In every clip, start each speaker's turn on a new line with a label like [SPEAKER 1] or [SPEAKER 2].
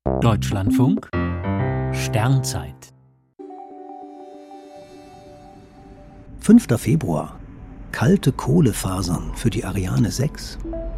[SPEAKER 1] Deutschlandfunk Sternzeit
[SPEAKER 2] 5. Februar. Kalte Kohlefasern für die Ariane 6.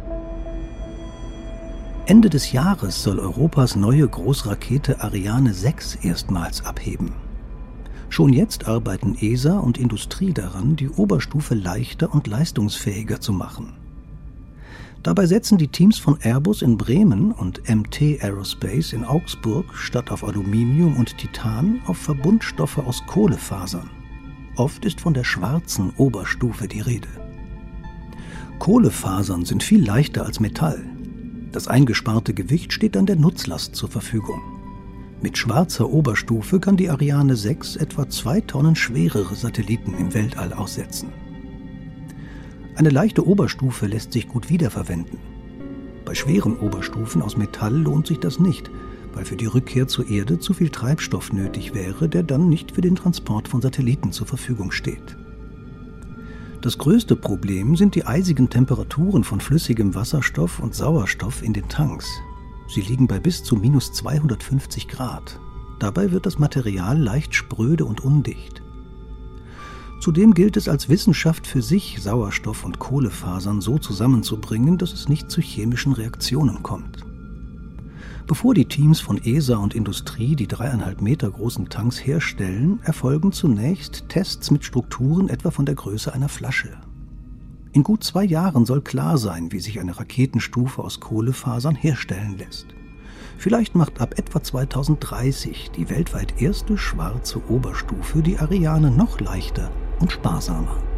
[SPEAKER 2] Ende des Jahres soll Europas neue Großrakete Ariane 6 erstmals abheben. Schon jetzt arbeiten ESA und Industrie daran, die Oberstufe leichter und leistungsfähiger zu machen. Dabei setzen die Teams von Airbus in Bremen und MT Aerospace in Augsburg statt auf Aluminium und Titan auf Verbundstoffe aus Kohlefasern. Oft ist von der schwarzen Oberstufe die Rede. Kohlefasern sind viel leichter als Metall. Das eingesparte Gewicht steht dann der Nutzlast zur Verfügung. Mit schwarzer Oberstufe kann die Ariane 6 etwa 2 Tonnen schwerere Satelliten im Weltall aussetzen. Eine leichte Oberstufe lässt sich gut wiederverwenden. Bei schweren Oberstufen aus Metall lohnt sich das nicht, weil für die Rückkehr zur Erde zu viel Treibstoff nötig wäre, der dann nicht für den Transport von Satelliten zur Verfügung steht. Das größte Problem sind die eisigen Temperaturen von flüssigem Wasserstoff und Sauerstoff in den Tanks. Sie liegen bei bis zu minus 250 Grad. Dabei wird das Material leicht spröde und undicht. Zudem gilt es als Wissenschaft für sich, Sauerstoff und Kohlefasern so zusammenzubringen, dass es nicht zu chemischen Reaktionen kommt. Bevor die Teams von ESA und Industrie die 3,5 Meter großen Tanks herstellen, erfolgen zunächst Tests mit Strukturen etwa von der Größe einer Flasche. In gut 2 Jahren soll klar sein, wie sich eine Raketenstufe aus Kohlefasern herstellen lässt. Vielleicht macht ab etwa 2030 die weltweit erste schwarze Oberstufe die Ariane noch leichter und sparsamer.